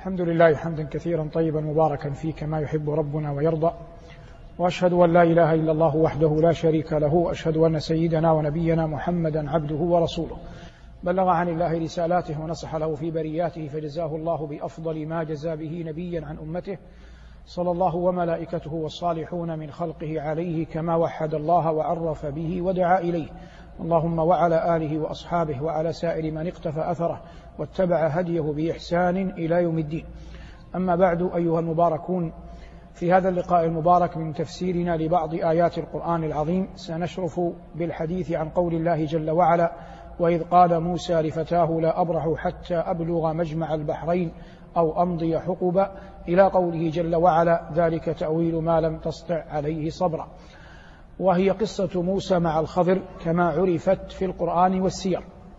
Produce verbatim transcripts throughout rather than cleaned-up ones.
الحمد لله حمدا كثيرا طيبا مباركا فيه كما يحب ربنا ويرضى، وأشهد أن لا إله إلا الله وحده لا شريك له، وأشهد أن سيدنا ونبينا محمدا عبده ورسوله بلغ عن الله رسالاته ونصح له في برياته، فجزاه الله بأفضل ما جزى به نبيا عن أمته، صلى الله وملائكته والصالحون من خلقه عليه كما وحد الله وعرف به ودعا إليه، اللهم وعلى آله وأصحابه وعلى سائر من اقتفى أثره واتبع هديه بإحسان إلى يوم الدين. أما بعد، أيها المباركون، في هذا اللقاء المبارك من تفسيرنا لبعض آيات القرآن العظيم سنشرف بالحديث عن قول الله جل وعلا: وإذ قال موسى لفتاه لا أبرح حتى أبلغ مجمع البحرين أو أمضي حقبا، إلى قوله جل وعلا: ذلك تأويل ما لم تسطع عليه صبرا. وهي قصة موسى مع الخضر كما عرفت في القرآن والسير،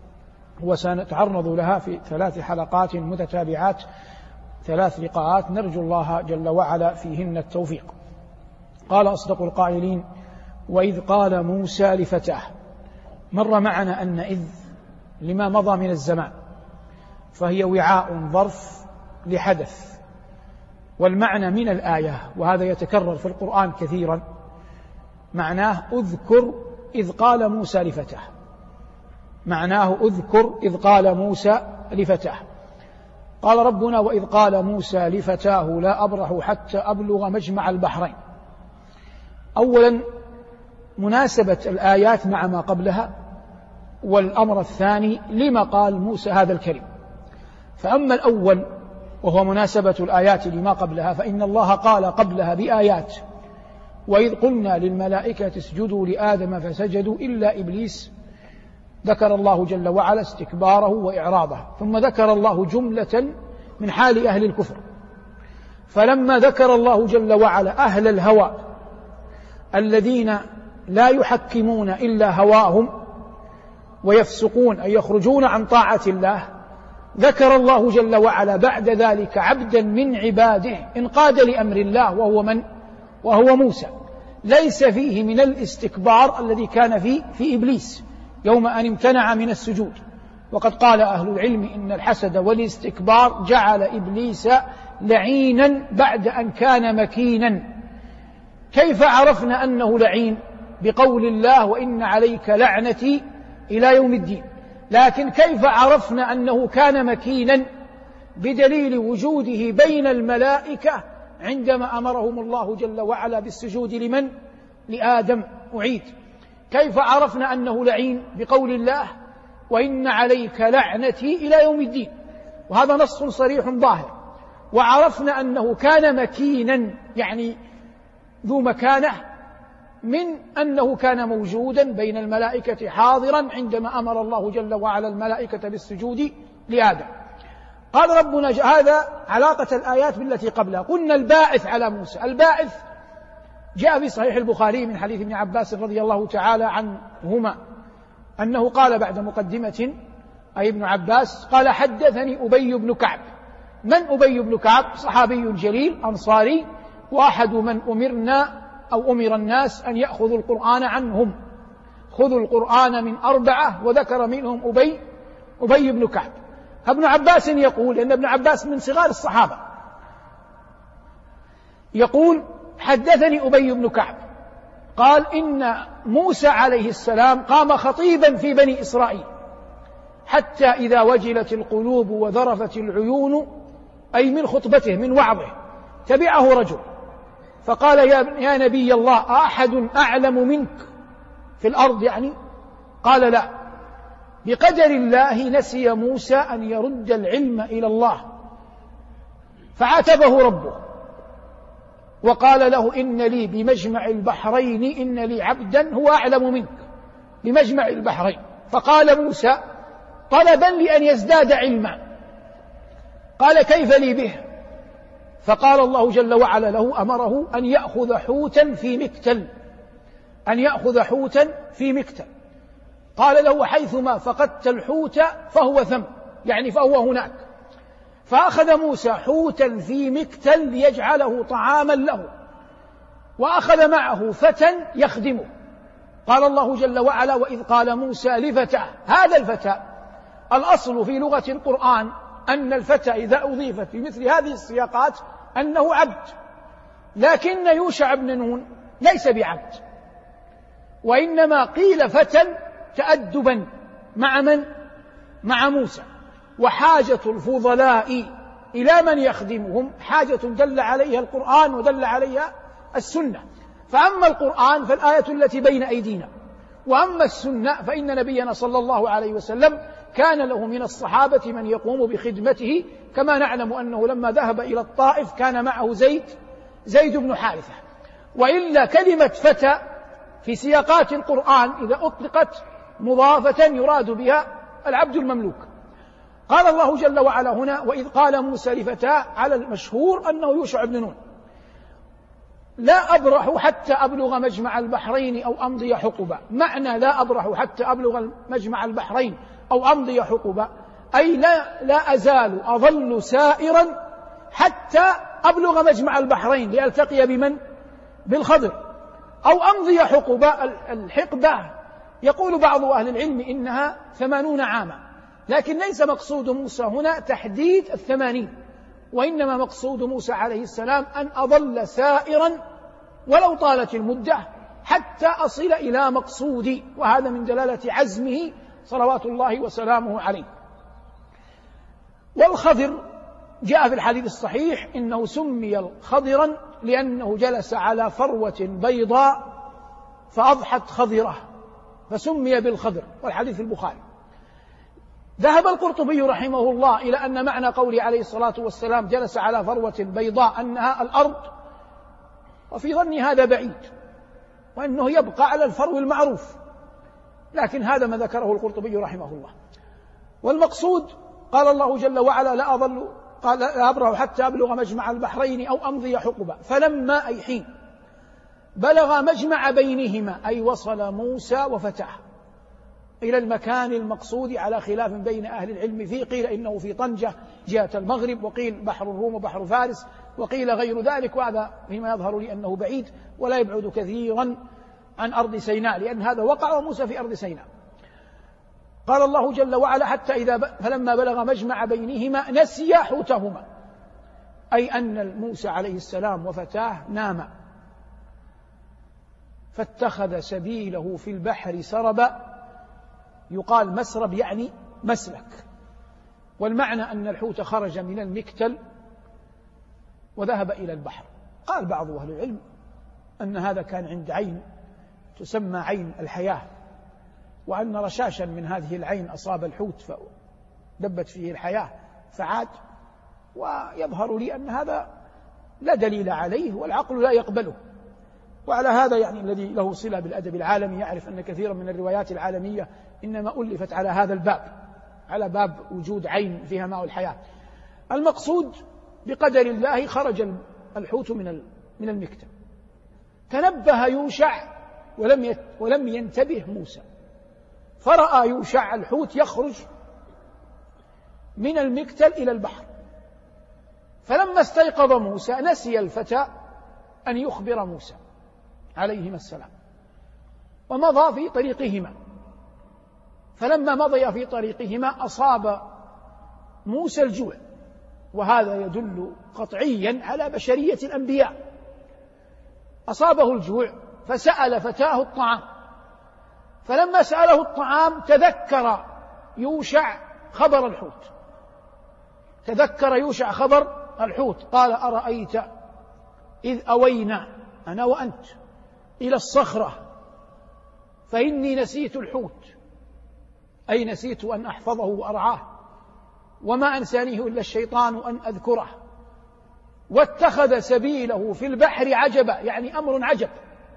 وسنتعرض لها في ثلاث حلقات متتابعات، ثلاث لقاءات نرجو الله جل وعلا فيهن التوفيق. قال أصدق القائلين: وإذ قال موسى لفتاه. مر معنا أن إذ لما مضى من الزمان، فهي وعاء ظرف لحدث، والمعنى من الآية، وهذا يتكرر في القرآن كثيرا، معناه اذكر إذ قال موسى لفتاه، معناه اذكر إذ قال موسى لفتاه. قال ربنا: وإذ قال موسى لفتاه لا أبرح حتى أبلغ مجمع البحرين. أولا، مناسبة الآيات مع ما قبلها، والأمر الثاني لما قال موسى هذا الكلم. فأما الأول وهو مناسبة الآيات لما قبلها، فإن الله قال قبلها بآيات: وإذ قلنا للملائكة اسجدوا لآدم فسجدوا إلا إبليس، ذكر الله جل وعلا استكباره وإعراضه، ثم ذكر الله جملة من حال أهل الكفر. فلما ذكر الله جل وعلا أهل الهوى الذين لا يحكمون إلا هواهم ويفسقون أي يخرجون عن طاعة الله، ذكر الله جل وعلا بعد ذلك عبدا من عباده انقاد لأمر الله، وهو من؟ وهو موسى، ليس فيه من الاستكبار الذي كان فيه في إبليس يوم أن امتنع من السجود. وقد قال أهل العلم إن الحسد والاستكبار جعل إبليس لعينا بعد أن كان مكينا. كيف عرفنا أنه لعين؟ بقول الله: وإن عليك لعنتي إلى يوم الدين. لكن كيف عرفنا أنه كان مكينا؟ بدليل وجوده بين الملائكة عندما أمرهم الله جل وعلا بالسجود لمن؟ لآدم. أعيد: كيف عرفنا أنه لعين؟ بقول الله: وإن عليك لعنتي إلى يوم الدين، وهذا نص صريح ظاهر. وعرفنا أنه كان مكينا، يعني ذو مكانة، من أنه كان موجودا بين الملائكة حاضرا عندما أمر الله جل وعلا الملائكة بالسجود لآدم. قال ربنا: هذا علاقة الآيات بالتي قبلها. قلنا الباعث على موسى. الباعث جاء في صحيح البخاري من حديث ابن عباس رضي الله تعالى عنهما أنه قال بعد مقدمة، أي ابن عباس قال: حدثني أبي بن كعب. من أبي بن كعب؟ صحابي جليل أنصاري، وأحد من أمرنا أو أمر الناس أن يأخذوا القرآن عنهم. خذوا القرآن من أربعة، وذكر منهم أبي أبي بن كعب. ابن عباس يقول، لأن ابن عباس من صغار الصحابة، يقول: حدثني أبي بن كعب قال: إن موسى عليه السلام قام خطيبا في بني إسرائيل، حتى إذا وجلت القلوب وذرفت العيون، أي من خطبته من وعظه، تبعه رجل فقال: يا, يا نبي الله، أحد أعلم منك في الأرض يعني؟ قال: لا. بقدر الله نسي موسى أن يرد العلم إلى الله، فعاتبه ربه وقال له: إن لي بمجمع البحرين إن لي عبدا هو أعلم منك بمجمع البحرين. فقال موسى طلبا لأن يزداد علما، قال: كيف لي به؟ فقال الله جل وعلا له، أمره أن يأخذ حوتا في مكتل، أن يأخذ حوتا في مكتل. قال له: حيثما فقدت الحوت فهو ثم، يعني فهو هناك. فأخذ موسى حوتا في مكتل ليجعله طعاما له، وأخذ معه فتى يخدمه. قال الله جل وعلا: وإذ قال موسى لفتاه. هذا الفتى الأصل في لغة القرآن أن الفتى إذا أضيف في مثل هذه السياقات أنه عبد، لكن يوشع بن نون ليس بعبد، وإنما قيل فتى تأدبا مع من؟ مع موسى. وحاجة الفضلاء إلى من يخدمهم حاجة دل عليها القرآن ودل عليها السنة. فأما القرآن فالآية التي بين أيدينا، وأما السنة فإن نبينا صلى الله عليه وسلم كان له من الصحابة من يقوم بخدمته، كما نعلم أنه لما ذهب إلى الطائف كان معه زيد زيد بن حارثة. وإلا كلمة فتى في سياقات القرآن إذا أطلقت مضافة يراد بها العبد المملوك. قال الله جل وعلا هنا: وإذ قال موسى لفتاه، على المشهور أنه يوشع بن نون: لا أبرح حتى أبلغ مجمع البحرين أو أمضي حقبا. معنى لا أبرح حتى أبلغ مجمع البحرين أو أمضي حقبا أي لا, لا أزال أظل سائرا حتى أبلغ مجمع البحرين لألتقي بمن؟ بالخضر. أو أمضي حقبا، الحقبة يقول بعض أهل العلم إنها ثمانون عاما، لكن ليس مقصود موسى هنا تحديد الثمانين، وإنما مقصود موسى عليه السلام أن أظل سائرا ولو طالت المدة حتى أصل إلى مقصودي، وهذا من دلالة عزمه صلوات الله وسلامه عليه. والخضر جاء في الحديث الصحيح إنه سمي خضرا لأنه جلس على فروة بيضاء فأضحت خضرة فسمي بالخضر، والحديث البخاري. ذهب القرطبي رحمه الله إلى أن معنى قوله عليه الصلاة والسلام جلس على فروة بيضاء أنها الأرض، وفي ظني هذا بعيد، وأنه يبقى على الفرو المعروف، لكن هذا ما ذكره القرطبي رحمه الله. والمقصود قال الله جل وعلا: لا أظل قال لا أبرح حتى أبلغ مجمع البحرين أو أمضي حقبا. فلما أي حين بلغ مجمع بينهما أي وصل موسى وفتاه إلى المكان المقصود، على خلاف بين أهل العلم فيه، قيل إنه في طنجة جهة المغرب، وقيل بحر الروم وبحر فارس، وقيل غير ذلك، وهذا فيما يظهر لي أنه بعيد ولا يبعد كثيرا عن أرض سيناء، لأن هذا وقع وموسى في أرض سيناء. قال الله جل وعلا: حتى إذا ب... فلما بلغ مجمع بينهما نسيا حوتهما، أي أن موسى عليه السلام وفتاه ناما، فاتخذ سبيله في البحر سربا. يقال مسرب يعني مسلك، والمعنى أن الحوت خرج من المكتل وذهب إلى البحر. قال بعض أهل العلم أن هذا كان عند عين تسمى عين الحياة، وأن رشاشا من هذه العين أصاب الحوت فدبت فيه الحياة فعاد. ويظهر لي أن هذا لا دليل عليه والعقل لا يقبله. وعلى هذا يعني الذي له صلة بالأدب العالمي يعرف أن كثيرا من الروايات العالمية إنما ألفت على هذا الباب، على باب وجود عين فيها ماء الحياة. المقصود بقدر الله خرج الحوت من من المكتل. تنبه يوشع ولم ولم ينتبه موسى، فرأى يوشع الحوت يخرج من المكتل إلى البحر. فلما استيقظ موسى نسي الفتى أن يخبر موسى عليهما السلام، ومضى في طريقهما. فلما مضي في طريقهما أصاب موسى الجوع، وهذا يدل قطعيا على بشرية الأنبياء. أصابه الجوع فسأل فتاه الطعام، فلما سأله الطعام تذكر يوشع خبر الحوت، تذكر يوشع خبر الحوت. قال: أرأيت إذ أوينا أنا وأنت إلى الصخرة فإني نسيت الحوت، أي نسيت أن أحفظه وأرعاه، وما أنسانيه إلا الشيطان أن أذكره، واتخذ سبيله في البحر عجبا، يعني أمر عجب.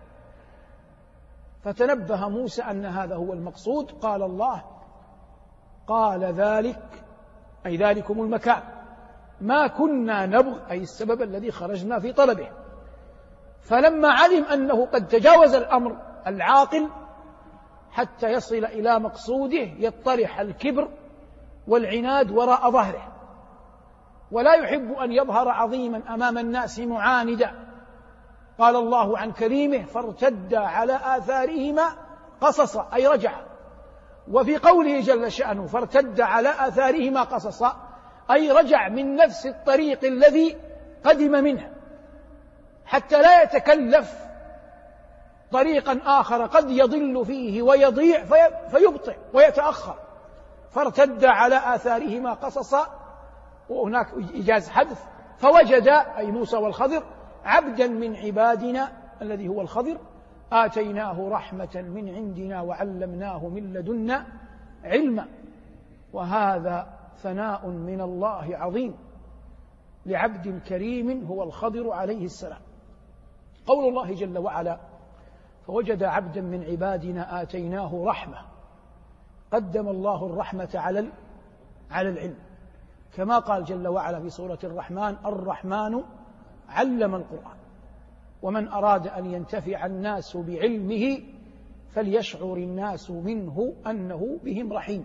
فتنبه موسى أن هذا هو المقصود. قال الله: قال ذلك أي ذلكم المكان ما كنا نبغ، أي السبب الذي خرجنا في طلبه. فلما علم أنه قد تجاوز الأمر العاقل حتى يصل إلى مقصوده يطرح الكبر والعناد وراء ظهره، ولا يحب أن يظهر عظيما أمام الناس معاندا. قال الله عن كريمه: فارتدا على آثارهما قصصا، أي رجع. وفي قوله جل شأنه: فارتد على آثارهما قصصا، أي رجع من نفس الطريق الذي قدم منه، حتى لا يتكلف طريقا آخر قد يضل فيه ويضيع فيبطئ ويتأخر، فارتد على آثارهما قصصا، وهناك إيجاز حذف، فوجد أي موسى والخضر عبدا من عبادنا الذي هو الخضر آتيناه رحمة من عندنا وعلمناه من لدنا علما. وهذا ثناء من الله عظيم لعبد كريم هو الخضر عليه السلام. قول الله جل وعلا فوجد عبدا من عبادنا آتيناه رحمة، قدم الله الرحمة على على العلم، كما قال جل وعلا في سورة الرحمن الرحمن علم القرآن. ومن أراد أن ينتفع الناس بعلمه فليشعر الناس منه أنه بهم رحيم.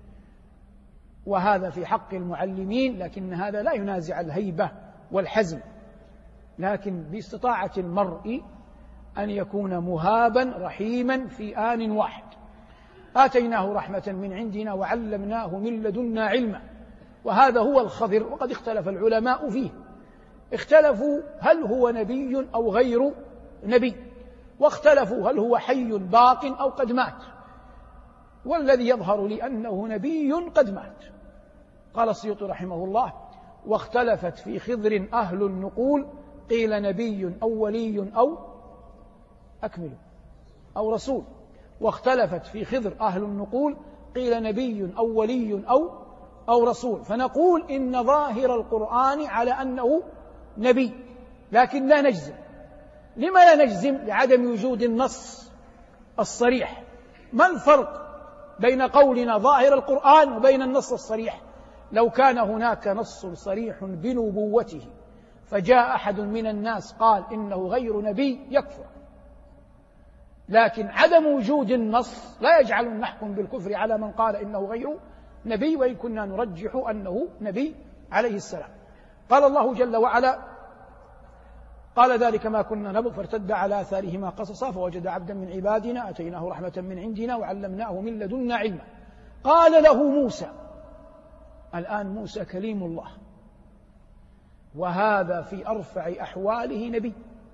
وهذا في حق المعلمين، لكن هذا لا ينازع الهيبة والحزم، لكن باستطاعة المرء أن يكون مهابا رحيما في آن واحد. آتيناه رحمة من عندنا وعلمناه من لدنا علما، وهذا هو الخضر. وقد اختلف العلماء فيه، اختلفوا هل هو نبي أو غير نبي، واختلفوا هل هو حي باق أو قد مات، والذي يظهر لي أنه نبي قد مات. قال السيوطي رحمه الله واختلفت في خضر أهل النقول، قيل نبي أو ولي أو أكمل أو رسول. واختلفت في خضر أهل النقول، قيل نبي أو ولي أو أو رسول. فنقول إن ظاهر القرآن على أنه نبي، لكن لا نجزم. لما لا نجزم؟ لعدم وجود النص الصريح. ما الفرق بين قولنا ظاهر القرآن وبين النص الصريح؟ لو كان هناك نص صريح بنبوته فجاء أحد من الناس قال إنه غير نبي يكفر، لكن عدم وجود النص لا يجعل نحكم بالكفر على من قال إنه غير نبي، وإن كنا نرجح أنه نبي عليه السلام. قال الله جل وعلا قال ذلك ما كنا نبغ فارتد على آثارهما قصصا فوجد عبدا من عبادنا آتيناه رحمة من عندنا وعلمناه من لدنا علما. قال له موسى، الآن موسى كليم الله، وهذا في أرفع أحواله نبي.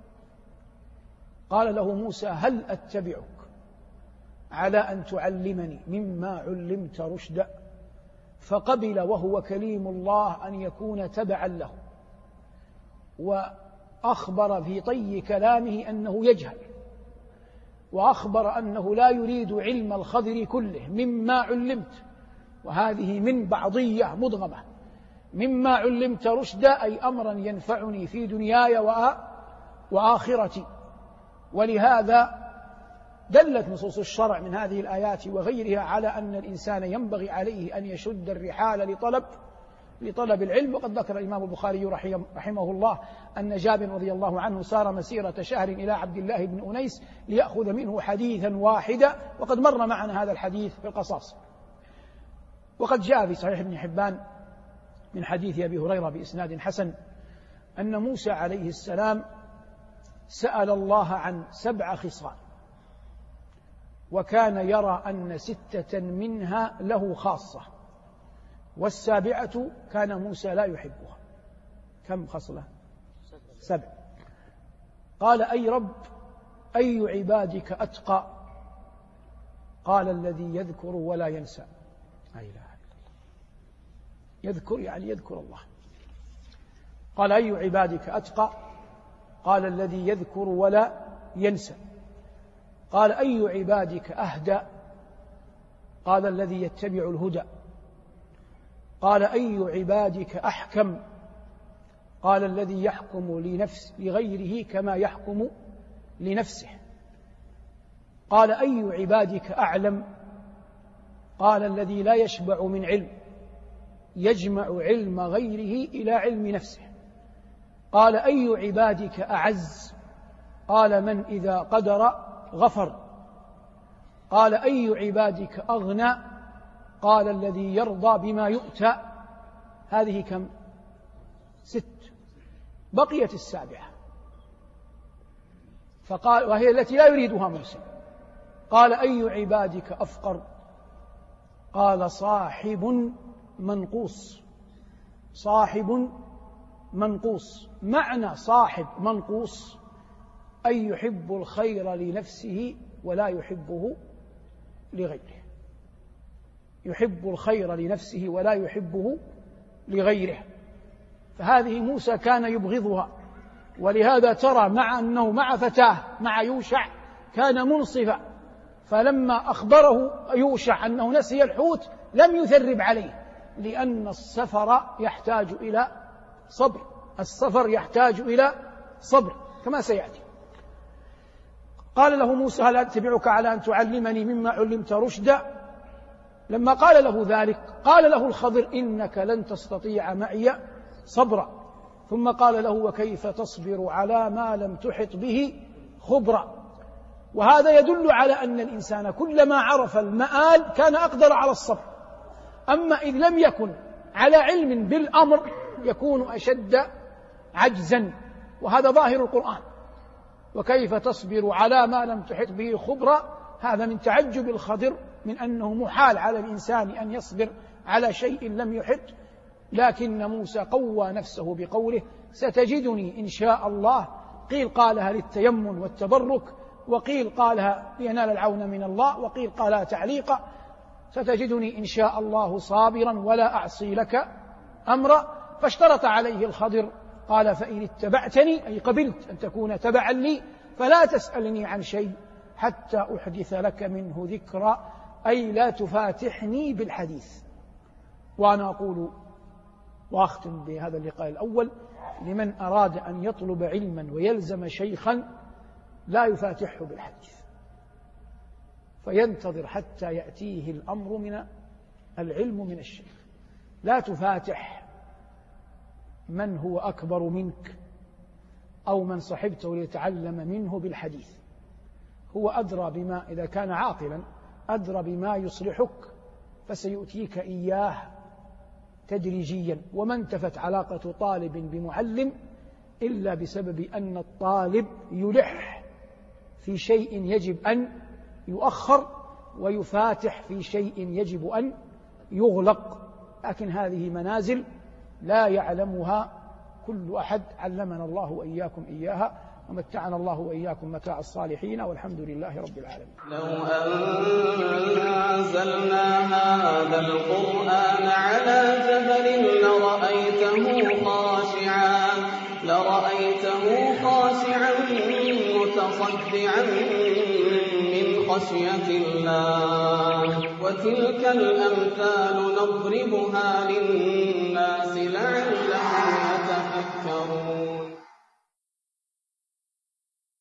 قال له موسى هل أتبعك على أن تعلمني مما علمت رشدا؟ فقبل وهو كليم الله أن يكون تبعا له، وأخبر في طي كلامه أنه يجهل، وأخبر أنه لا يريد علم الخضر كله مما علمت، وهذه من بعضية مدغمة، مما علمت رشدا أي أمرا ينفعني في دنياي وآخرتي. ولهذا دلت نصوص الشرع من هذه الآيات وغيرها على أن الإنسان ينبغي عليه أن يشد الرحال لطلب لطلب العلم. وقد ذكر الإمام البخاري رحمه الله أن جابر رضي الله عنه سار مسيرة شهر إلى عبد الله بن أنيس ليأخذ منه حديثا واحدا، وقد مر معنا هذا الحديث في القصاص. وقد جاء في صحيح ابن حبان من حديث أبي هريرة بإسناد حسن أن موسى عليه السلام سأل الله عن سبع خصال، وكان يرى أن ستة منها له خاصة، والسابعة كان موسى لا يحبها. كم خصلة؟ سبع. قال أي رب أي عبادك أتقى؟ قال الذي يذكر ولا ينسى. لا إله إلا الله. يذكر يعني يذكر الله. قال أي عبادك أتقى؟ قال الذي يذكر ولا ينسى. قال أي عبادك أهدى؟ قال الذي يتبع الهدى. قال أي عبادك أحكم؟ قال الذي يحكم لنفس لغيره كما يحكم لنفسه. قال أي عبادك أعلم؟ قال الذي لا يشبع من علم، يجمع علم غيره إلى علم نفسه. قال أي عبادك أعز؟ قال من إذا قدر غفر. قال أي عبادك أغنى؟ قال الذي يرضى بما يؤتى. هذه كم؟ ست. بقيت السابعة، فقال وهي التي لا يريدها موسى. قال أي عبادك أفقر؟ قال صاحب منقوص. صاحب منقوص. معنى صاحب منقوص أي يحب الخير لنفسه ولا يحبه لغيره، يحب الخير لنفسه ولا يحبه لغيره. فهذه موسى كان يبغضها، ولهذا ترى مع أنه مع فتاه مع يوشع كان منصفا، فلما أخبره يوشع أنه نسي الحوت لم يثرب عليه، لأن السفر يحتاج إلى صبر، السفر يحتاج إلى صبر كما سيأتي. قال له موسى هل أتبعك على أن تعلمني مما علمت رشدا؟ لما قال له ذلك قال له الخضر إنك لن تستطيع معي صبرا، ثم قال له وكيف تصبر على ما لم تحط به خبرا. وهذا يدل على أن الإنسان كلما عرف المآل كان أقدر على الصبر، أما إذ لم يكن على علم بالأمر يكون أشد عجزا، وهذا ظاهر القرآن. وكيف تصبر على ما لم تحط به خبرا، هذا من تعجب الخضر من أنه محال على الإنسان أن يصبر على شيء لم يحط، لكن موسى قوى نفسه بقوله ستجدني إن شاء الله. قيل قالها للتيمن والتبرك، وقيل قالها لينال العون من الله، وقيل قالها تعليقا. ستجدني إن شاء الله صابرا ولا أعصي لك أمرا. فاشترط عليه الخضر قال فإن اتبعتني أي قبلت أن تكون تبعا لي فلا تسألني عن شيء حتى أحدث لك منه ذكرى، أي لا تفاتحني بالحديث. وأنا أقول وأختم بهذا اللقاء الأول لمن أراد أن يطلب علما ويلزم شيخا لا يفاتحه بالحديث، فينتظر حتى يأتيه الأمر من العلم من الشيخ. لا تفاتح من هو أكبر منك أو من صحبته ليتعلم منه بالحديث، هو أدرى بما إذا كان عاقلا أدرى بما يصلحك فسيؤتيك إياه تدريجيا. وما انتفت علاقة طالب بمعلم إلا بسبب أن الطالب يلح في شيء يجب أن يؤخر ويفاتح في شيء يجب أن يغلق، لكن هذه منازل لا يعلمها كل أحد. علمنا الله وإياكم إياها، ومتعنا الله وإياكم متاع الصالحين، والحمد لله رب العالمين. لو أنزلنا هذا القرآن على جبل لرأيته خاشعا لرأيته خاشعا متصدعا من خشية الله. وتلك الأمثال نضربها للناس لعلهم